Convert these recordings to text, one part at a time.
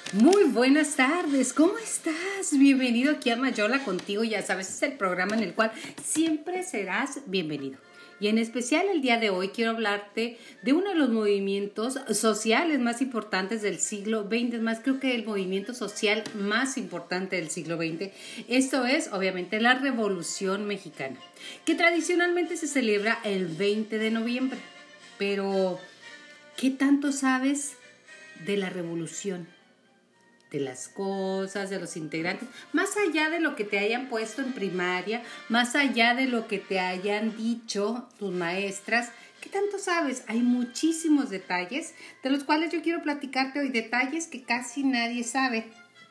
Muy buenas tardes, ¿cómo estás? Bienvenido aquí a Mayola contigo, ya sabes, es el programa en el cual siempre serás bienvenido. Y en especial el día de hoy quiero hablarte de uno de los movimientos sociales más importantes del siglo XX, es más, creo que el movimiento social más importante del siglo XX. Esto es, obviamente, la Revolución Mexicana, que tradicionalmente se celebra el 20 de noviembre. Pero, ¿qué tanto sabes de la revolución? De las cosas, de los integrantes, más allá de lo que te hayan puesto en primaria, más allá de lo que te hayan dicho tus maestras, ¿qué tanto sabes? Hay muchísimos detalles de los cuales yo quiero platicarte hoy, detalles que casi nadie sabe.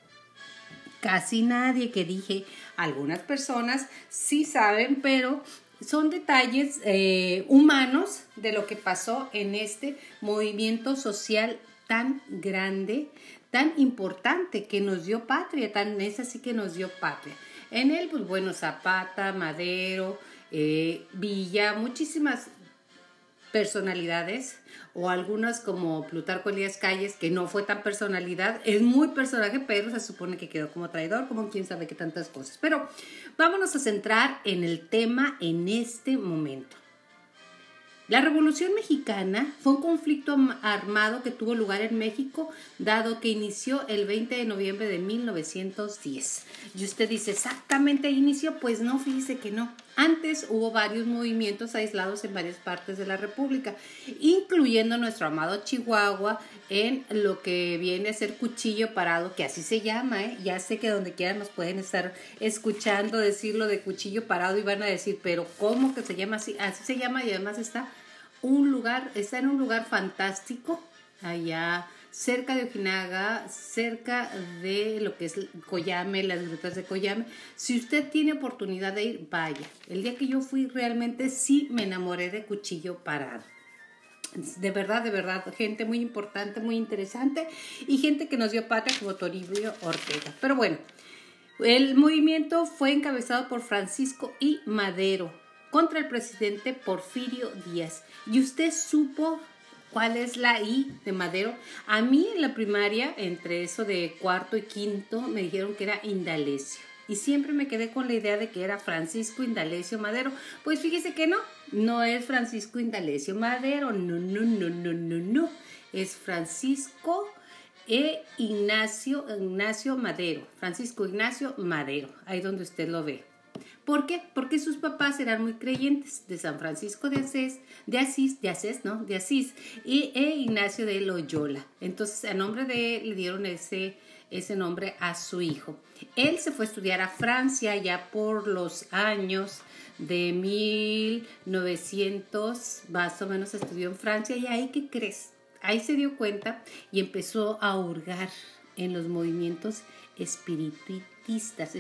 Casi nadie, que dije, algunas personas sí saben, pero son detalles humanos de lo que pasó en este movimiento social tan grande, tan importante, que nos dio patria, es así que nos dio patria. En él, pues bueno, Zapata, Madero, Villa, muchísimas personalidades, o algunas como Plutarco Elías Calles, que no fue tan personalidad, es muy personaje, pero se supone que quedó como traidor, como quién sabe qué tantas cosas. Pero vámonos a centrar en el tema en este momento. La Revolución Mexicana fue un conflicto armado que tuvo lugar en México, dado que inició el 20 de noviembre de 1910. Y usted dice, ¿exactamente inició? Pues no, fíjese que no. Antes hubo varios movimientos aislados en varias partes de la República, incluyendo nuestro amado Chihuahua, en lo que viene a ser Cuchillo Parado, que así se llama, ¿eh? Ya sé que donde quiera nos pueden estar escuchando decirlo de Cuchillo Parado y van a decir, pero ¿cómo que se llama así? Así se llama, y además está en un lugar fantástico, allá cerca de Ojinaga, cerca de lo que es Coyame, las grutas de Coyame. Si usted tiene oportunidad de ir, vaya. El día que yo fui, realmente sí me enamoré de Cuchillo Parado. De verdad, gente muy importante, muy interesante, y gente que nos dio patria como Toribio Ortega. Pero bueno, el movimiento fue encabezado por Francisco I. Madero contra el presidente Porfirio Díaz. ¿Y usted supo cuál es la I de Madero? A mí en la primaria, entre eso de cuarto y quinto, me dijeron que era Indalecio. Y siempre me quedé con la idea de que era Francisco Indalecio Madero. Pues fíjese que no es Francisco Indalecio Madero, no. Es Francisco Ignacio Madero, Francisco Ignacio Madero, ahí donde usted lo ve. ¿Por qué? Porque sus papás eran muy creyentes de San Francisco de Asís e Ignacio de Loyola. Entonces, a nombre de él le dieron ese nombre a su hijo. Él se fue a estudiar a Francia ya por los años de 1900, más o menos estudió en Francia, y ahí, ¿qué crees? Ahí se dio cuenta y empezó a hurgar en los movimientos espiritistas.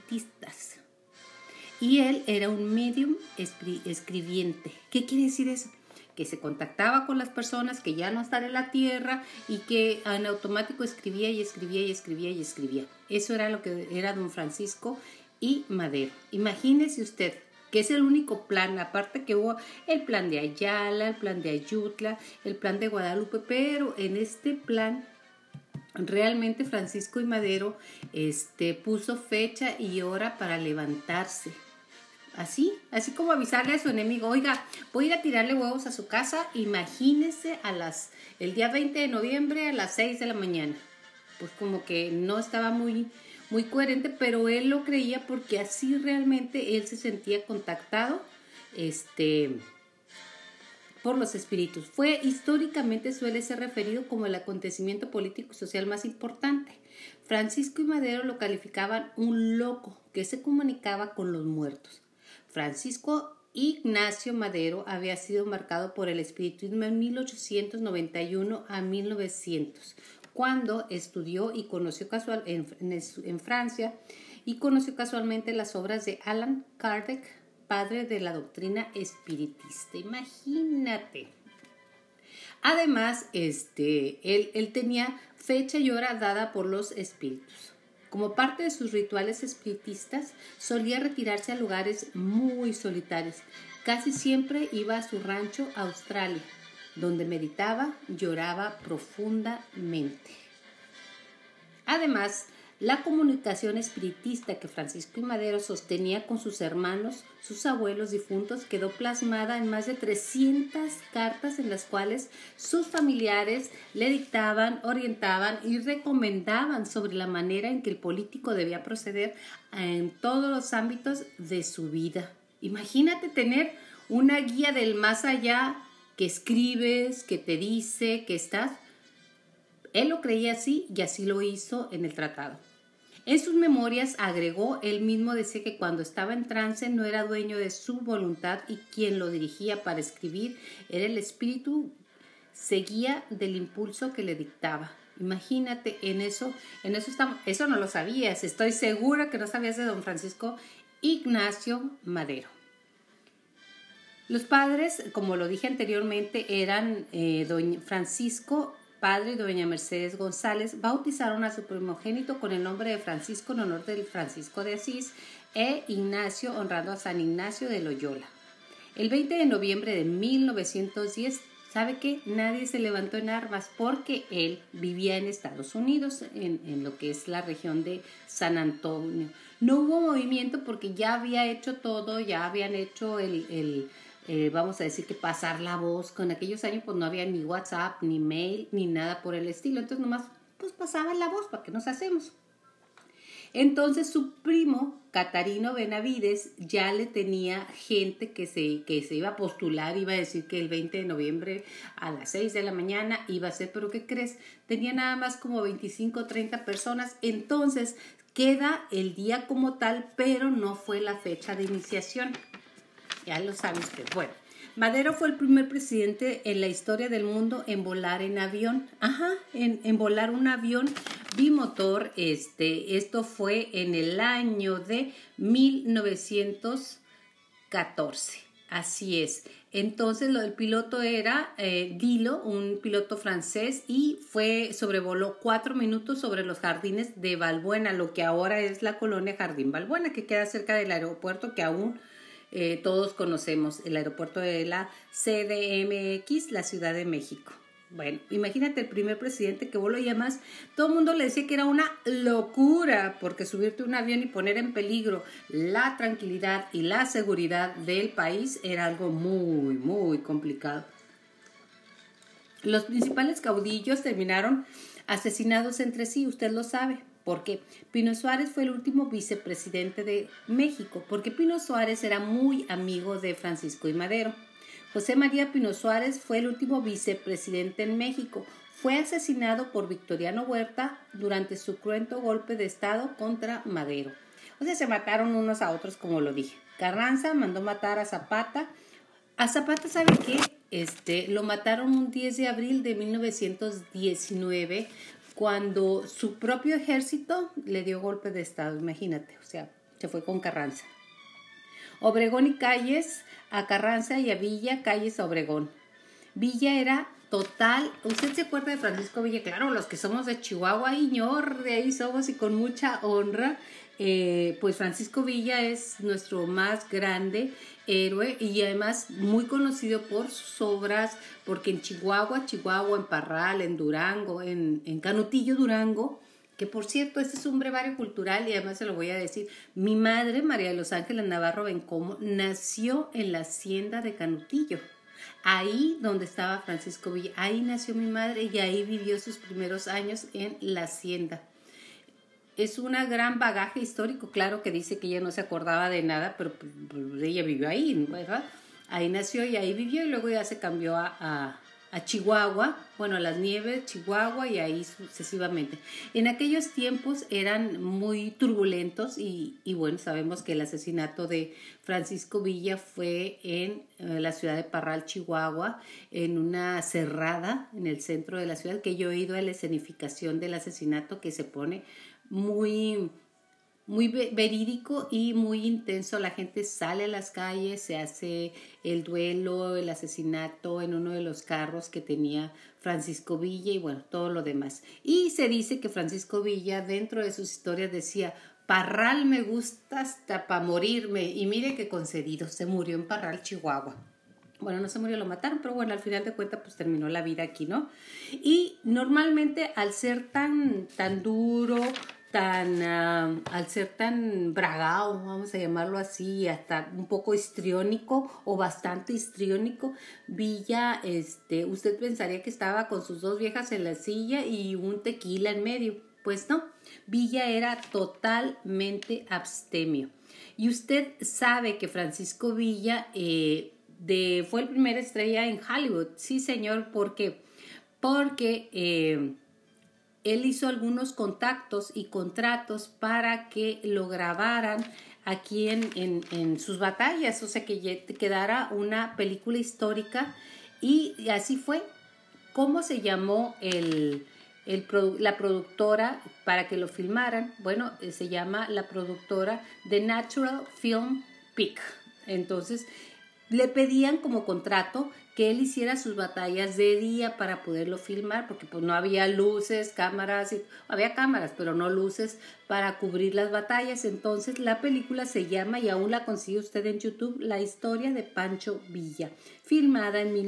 Y él era un medium escribiente. ¿Qué quiere decir eso? Que se contactaba con las personas que ya no están en la tierra y que en automático escribía. Eso era lo que era don Francisco I. Madero. Imagínese usted que es el único plan, aparte que hubo el plan de Ayala, el plan de Ayutla, el plan de Guadalupe, pero en este plan realmente Francisco I. Madero puso fecha y hora para levantarse. Así como avisarle a su enemigo, oiga, voy a ir a tirarle huevos a su casa, imagínese el día 20 de noviembre a las 6 de la mañana. Pues como que no estaba muy coherente, pero él lo creía porque así realmente él se sentía contactado por los espíritus. Históricamente suele ser referido como el acontecimiento político y social más importante. Francisco y Madero lo calificaban un loco que se comunicaba con los muertos. Francisco Ignacio Madero había sido marcado por el espiritismo en 1891 a 1900, cuando estudió y conoció en Francia, y conoció casualmente las obras de Allan Kardec, padre de la doctrina espiritista. Imagínate. Además, él tenía fecha y hora dada por los espíritus. Como parte de sus rituales espiritistas, solía retirarse a lugares muy solitarios. Casi siempre iba a su rancho Australia, donde meditaba, lloraba profundamente. Además, la comunicación espiritista que Francisco I. Madero sostenía con sus hermanos, sus abuelos difuntos, quedó plasmada en más de 300 cartas en las cuales sus familiares le dictaban, orientaban y recomendaban sobre la manera en que el político debía proceder en todos los ámbitos de su vida. Imagínate tener una guía del más allá que escribes, que te dice que estás. Él lo creía así y así lo hizo en el tratado. En sus memorias agregó, él mismo decía que cuando estaba en trance no era dueño de su voluntad y quien lo dirigía para escribir era el espíritu, seguía del impulso que le dictaba. Imagínate, en eso estamos, eso no lo sabías, estoy segura que no sabías de don Francisco Ignacio Madero. Los padres, como lo dije anteriormente, eran don Francisco, padre y doña Mercedes González. Bautizaron a su primogénito con el nombre de Francisco en honor del Francisco de Asís e Ignacio honrando a San Ignacio de Loyola. El 20 de noviembre de 1910, ¿sabe qué? Nadie se levantó en armas porque él vivía en Estados Unidos, en lo que es la región de San Antonio. No hubo movimiento porque ya había hecho todo, ya habían hecho vamos a decir que pasar la voz. Con aquellos años pues no había ni WhatsApp, ni mail, ni nada por el estilo. Entonces nomás pues pasaban la voz, ¿para qué nos hacemos? Entonces su primo, Catarino Benavides, ya le tenía gente que se iba a postular, iba a decir que el 20 de noviembre a las 6 de la mañana iba a ser, pero ¿qué crees? Tenía nada más como 25 o 30 personas, entonces queda el día como tal, pero no fue la fecha de iniciación. Ya lo sabes que, bueno, Madero fue el primer presidente en la historia del mundo en volar en avión. En volar un avión bimotor. Esto fue en el año de 1914. Así es. Entonces, el piloto era Dilo, un piloto francés, y sobrevoló 4 minutos sobre los jardines de Balbuena, lo que ahora es la colonia Jardín Balbuena, que queda cerca del aeropuerto que aún todos conocemos, el aeropuerto de la CDMX, la Ciudad de México. Bueno, imagínate el primer presidente que voló, y además todo el mundo le decía que era una locura, porque subirte a un avión y poner en peligro la tranquilidad y la seguridad del país era algo muy, muy complicado. Los principales caudillos terminaron asesinados entre sí, usted lo sabe. Porque Pino Suárez fue el último vicepresidente de México, porque Pino Suárez era muy amigo de Francisco I. Madero. José María Pino Suárez fue el último vicepresidente en México. Fue asesinado por Victoriano Huerta durante su cruento golpe de Estado contra Madero. O sea, se mataron unos a otros, como lo dije. Carranza mandó matar a Zapata. A Zapata, ¿sabe qué? Lo mataron un 10 de abril de 1919, cuando su propio ejército le dio golpe de estado, imagínate, o sea, se fue con Carranza. Obregón y Calles a Carranza, y a Villa, Calles a Obregón. Villa era total, ¿usted se acuerda de Francisco Villa? Claro, los que somos de Chihuahua, Iñor, de ahí somos y con mucha honra. Pues Francisco Villa es nuestro más grande héroe y además muy conocido por sus obras, porque en Chihuahua, en Parral, en Durango, en Canutillo, Durango, que por cierto, este es un brevario cultural y además se lo voy a decir, mi madre, María de los Ángeles Navarro Bencomo, nació en la hacienda de Canutillo. Ahí donde estaba Francisco Villa, ahí nació mi madre y ahí vivió sus primeros años en la hacienda. Es un gran bagaje histórico, claro que dice que ella no se acordaba de nada, pero ella vivió ahí, ¿verdad? Ahí nació y ahí vivió y luego ya se cambió a Chihuahua, bueno, a Las Nieves, Chihuahua y ahí sucesivamente. En aquellos tiempos eran muy turbulentos y bueno, sabemos que el asesinato de Francisco Villa fue en la ciudad de Parral, Chihuahua, en una cerrada en el centro de la ciudad, que yo he ido a la escenificación del asesinato, que se pone muy verídico y muy intenso. La gente sale a las calles, se hace el duelo, el asesinato en uno de los carros que tenía Francisco Villa y bueno, todo lo demás. Y se dice que Francisco Villa, dentro de sus historias, decía: Parral me gusta hasta para morirme, y mire que concedido, se murió en Parral, Chihuahua. Bueno, no se murió, lo mataron, pero bueno, al final de cuentas, pues terminó la vida aquí, ¿no? Y normalmente al ser tan duro, al ser tan bragao, vamos a llamarlo así, hasta un poco histriónico o bastante histriónico, Villa, usted pensaría que estaba con sus dos viejas en la silla y un tequila en medio. Pues no, Villa era totalmente abstemio. Y usted sabe que Francisco Villa fue el primer estrella en Hollywood. Sí, señor, ¿por qué? Porque él hizo algunos contactos y contratos para que lo grabaran aquí en sus batallas, o sea, que quedara una película histórica, y así fue. ¿Cómo se llamó la productora para que lo filmaran? Bueno, se llama la productora The Natural Film Pic. Entonces, le pedían como contrato que él hiciera sus batallas de día para poderlo filmar, porque pues no había luces, cámaras, había cámaras, pero no luces para cubrir las batallas. Entonces la película se llama, y aún la consigue usted en YouTube, La historia de Pancho Villa, filmada en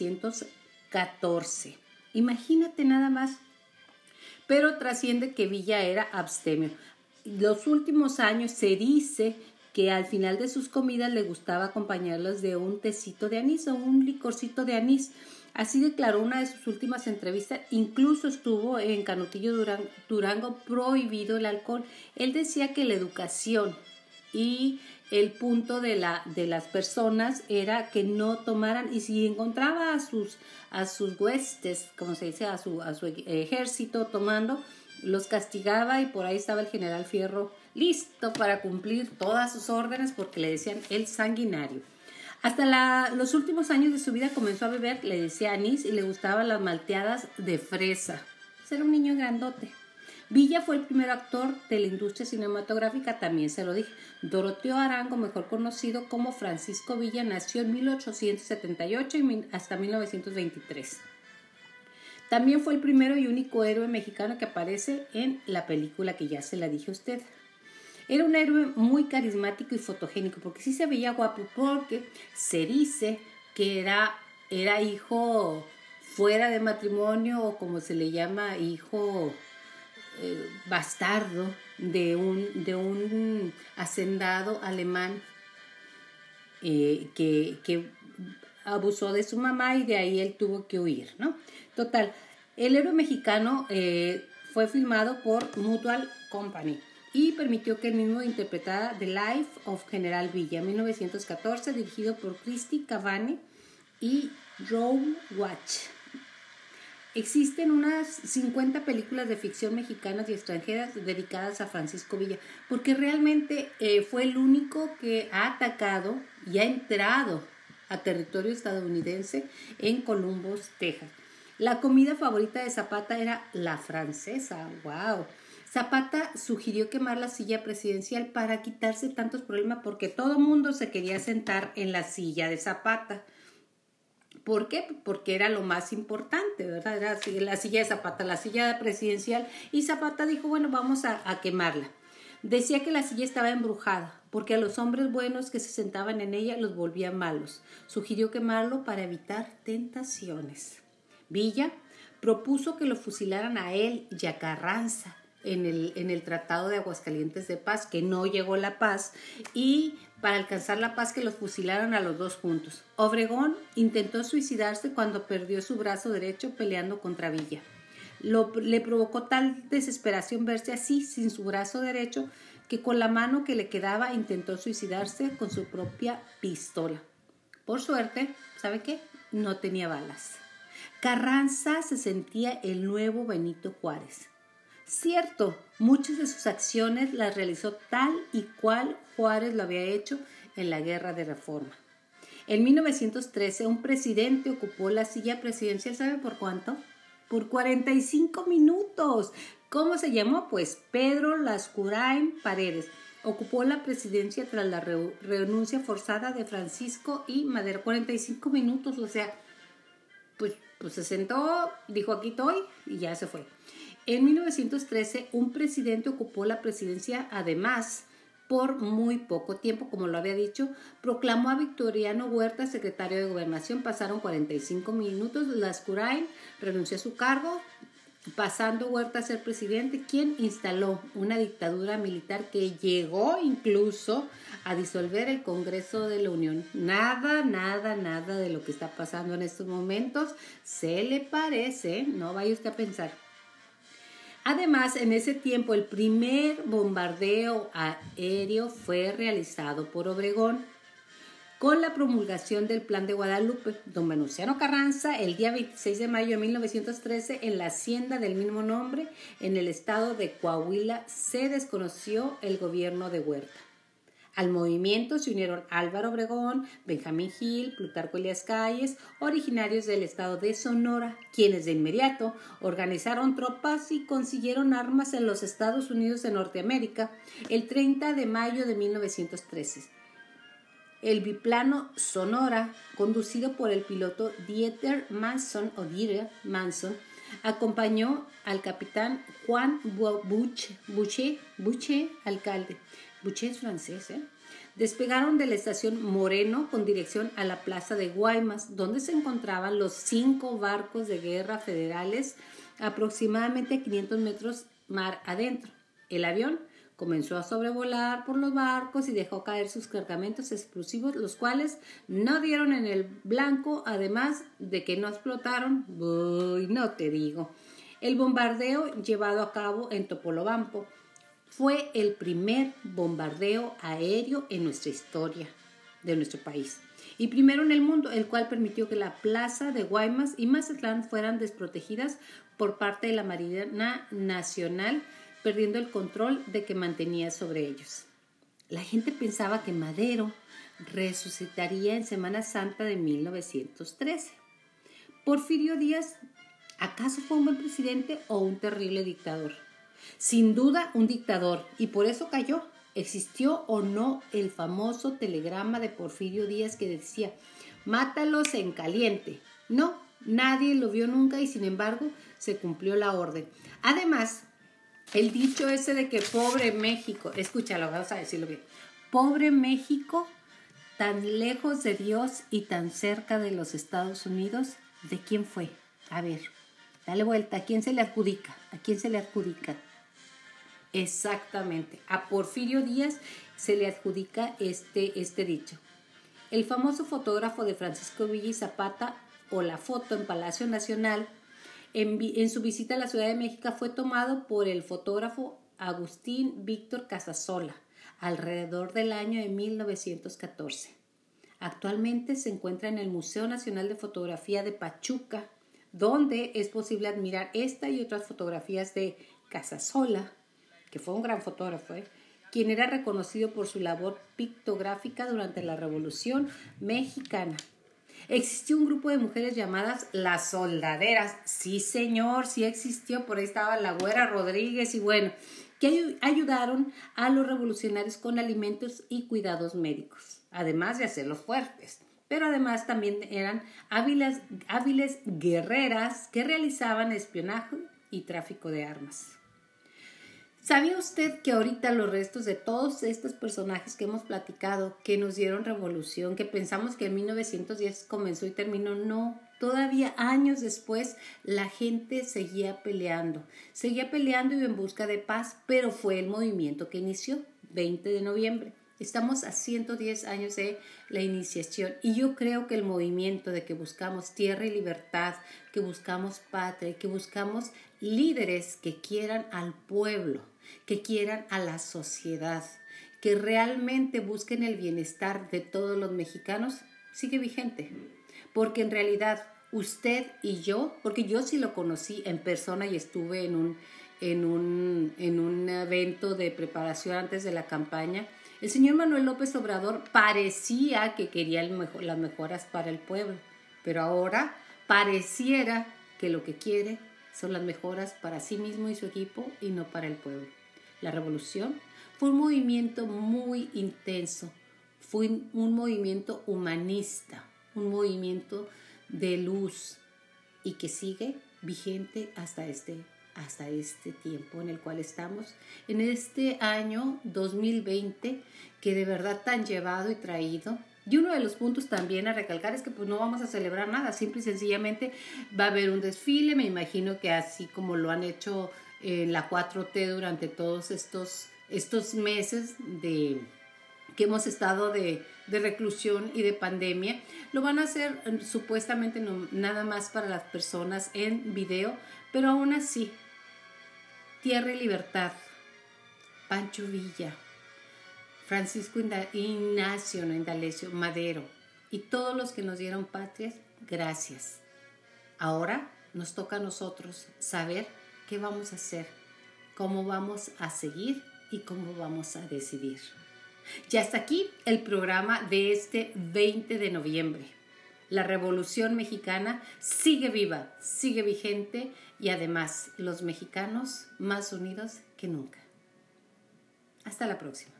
1914. Imagínate nada más. Pero trasciende que Villa era abstemio. Los últimos años se dice que al final de sus comidas le gustaba acompañarlas de un tecito de anís o un licorcito de anís. Así declaró una de sus últimas entrevistas. Incluso estuvo en Canutillo Durango prohibido el alcohol. Él decía que la educación y el punto de las personas era que no tomaran, y si encontraba a sus huestes, como se dice, a su ejército tomando, los castigaba, y por ahí estaba el general Fierro listo para cumplir todas sus órdenes, porque le decían el sanguinario. Hasta los últimos años de su vida comenzó a beber, le decía anís, y le gustaban las malteadas de fresa. Era un niño grandote. Villa fue el primer actor de la industria cinematográfica, también se lo dije. Doroteo Arango, mejor conocido como Francisco Villa, nació en 1878 hasta 1923. También fue el primero y único héroe mexicano que aparece en la película que ya se la dije a usted. Era un héroe muy carismático y fotogénico, porque sí se veía guapo, porque se dice que era hijo fuera de matrimonio, o como se le llama, hijo bastardo de un hacendado alemán que abusó de su mamá, y de ahí él tuvo que huir, ¿no? Total, el héroe mexicano fue filmado por Mutual Company y permitió que el mismo interpretara The Life of General Villa, 1914, dirigido por Christy Cavani y Roy Watch. Existen unas 50 películas de ficción mexicanas y extranjeras dedicadas a Francisco Villa, porque realmente fue el único que ha atacado y ha entrado a territorio estadounidense en Columbus, Texas. La comida favorita de Zapata era la francesa. ¡Wow! Zapata sugirió quemar la silla presidencial para quitarse tantos problemas, porque todo el mundo se quería sentar en la silla de Zapata. ¿Por qué? Porque era lo más importante, ¿verdad? Era la silla de Zapata, la silla presidencial, y Zapata dijo, bueno, vamos a quemarla. Decía que la silla estaba embrujada, porque a los hombres buenos que se sentaban en ella los volvía malos. Sugirió quemarlo para evitar tentaciones. Villa propuso que lo fusilaran a él y a Carranza en el Tratado de Aguascalientes de Paz, que no llegó la paz, y para alcanzar la paz que los fusilaran a los dos juntos. Obregón intentó suicidarse cuando perdió su brazo derecho peleando contra Villa. Le provocó tal desesperación verse así, sin su brazo derecho, que con la mano que le quedaba intentó suicidarse con su propia pistola. Por suerte, ¿sabe qué? No tenía balas. Carranza se sentía el nuevo Benito Juárez. Cierto, muchas de sus acciones las realizó tal y cual Juárez lo había hecho en la Guerra de Reforma. En 1913, un presidente ocupó la silla presidencial, ¿sabe por cuánto? Por 45 minutos. ¿Cómo se llamó? Pues Pedro Lascurain Paredes. Ocupó la presidencia tras la renuncia forzada de Francisco I. Madero. 45 minutos, o sea, pues se sentó, dijo aquí estoy, y ya se fue. En 1913, un presidente ocupó la presidencia, además por muy poco tiempo, como lo había dicho. Proclamó a Victoriano Huerta secretario de Gobernación. Pasaron 45 minutos. Lascurain renunció a su cargo, pasando Huerta a ser presidente, quien instaló una dictadura militar que llegó incluso a disolver el Congreso de la Unión. Nada de lo que está pasando en estos momentos se le parece, no vaya usted a pensar. Además, en ese tiempo, el primer bombardeo aéreo fue realizado por Obregón con la promulgación del Plan de Guadalupe. Don Venustiano Carranza, el día 26 de mayo de 1913, en la hacienda del mismo nombre, en el estado de Coahuila, se desconoció el gobierno de Huerta. Al movimiento se unieron Álvaro Obregón, Benjamín Gil, Plutarco Elías Calles, originarios del estado de Sonora, quienes de inmediato organizaron tropas y consiguieron armas en los Estados Unidos de Norteamérica el 30 de mayo de 1913. El biplano Sonora, conducido por el piloto Dieter Manson, acompañó al capitán Juan Boucher, alcalde. Boucher es francés, Despegaron de la estación Moreno con dirección a la plaza de Guaymas, donde se encontraban los 5 barcos de guerra federales, aproximadamente 500 metros mar adentro. El avión comenzó a sobrevolar por los barcos y dejó caer sus cargamentos explosivos, los cuales no dieron en el blanco, además de que no explotaron. Uy, no te digo. El bombardeo llevado a cabo en Topolobampo fue el primer bombardeo aéreo en nuestra historia de nuestro país y primero en el mundo, el cual permitió que la plaza de Guaymas y Mazatlán fueran desprotegidas por parte de la Marina Nacional, perdiendo el control de que mantenía sobre ellos. La gente pensaba que Madero resucitaría en Semana Santa de 1913. Porfirio Díaz, ¿acaso fue un buen presidente o un terrible dictador? Sin duda un dictador, y por eso cayó. ¿Existió o no el famoso telegrama de Porfirio Díaz que decía, mátalos en caliente? No, nadie lo vio nunca y sin embargo se cumplió la orden. Además, el dicho ese de que pobre México, escúchalo, vamos a decirlo bien, pobre México, tan lejos de Dios y tan cerca de los Estados Unidos, ¿de quién fue? A ver, dale vuelta, ¿a quién se le adjudica? ¿A quién se le adjudica? Exactamente, a Porfirio Díaz se le adjudica este dicho. El famoso fotógrafo de Francisco Villa y Zapata, o la foto en Palacio Nacional, en su visita a la Ciudad de México, fue tomado por el fotógrafo Agustín Víctor Casasola alrededor del año de 1914. Actualmente se encuentra en el Museo Nacional de Fotografía de Pachuca, donde es posible admirar esta y otras fotografías de Casasola, que fue un gran fotógrafo, quien era reconocido por su labor pictográfica durante la Revolución Mexicana. Existió un grupo de mujeres llamadas las soldaderas. Sí, señor, sí existió. Por ahí estaba la Güera Rodríguez y bueno, que ayudaron a los revolucionarios con alimentos y cuidados médicos, además de hacerlos fuertes. Pero además también eran hábiles guerreras que realizaban espionaje y tráfico de armas. ¿Sabía usted que ahorita los restos de todos estos personajes que hemos platicado, que nos dieron revolución, que pensamos que en 1910 comenzó y terminó? No, todavía años después la gente seguía peleando y en busca de paz, pero fue el movimiento que inició, 20 de noviembre. Estamos a 110 años de la iniciación y yo creo que el movimiento de que buscamos tierra y libertad, que buscamos patria, que buscamos líderes que quieran al pueblo, que quieran a la sociedad, que realmente busquen el bienestar de todos los mexicanos, sigue vigente. Porque en realidad usted y yo, porque yo sí lo conocí en persona y estuve en un evento de preparación antes de la campaña, el señor Manuel López Obrador parecía que quería las mejoras para el pueblo, pero ahora pareciera que lo que quiere son las mejoras para sí mismo y su equipo y no para el pueblo. La revolución fue un movimiento muy intenso, fue un movimiento humanista, un movimiento de luz y que sigue vigente hasta este hasta este tiempo en el cual estamos, en este año 2020, que de verdad tan llevado y traído. Y uno de los puntos también a recalcar es que pues no vamos a celebrar nada, simple y sencillamente va a haber un desfile, me imagino que así como lo han hecho la 4T durante todos estos meses que hemos estado de reclusión y de pandemia, lo van a hacer supuestamente nada más para las personas en video, pero aún así, Tierra y Libertad, Pancho Villa, Francisco Indalecio Madero y todos los que nos dieron patria, gracias. Ahora nos toca a nosotros saber qué vamos a hacer, cómo vamos a seguir y cómo vamos a decidir. Ya hasta aquí el programa de este 20 de noviembre. La Revolución Mexicana sigue viva, sigue vigente y además los mexicanos más unidos que nunca. Hasta la próxima.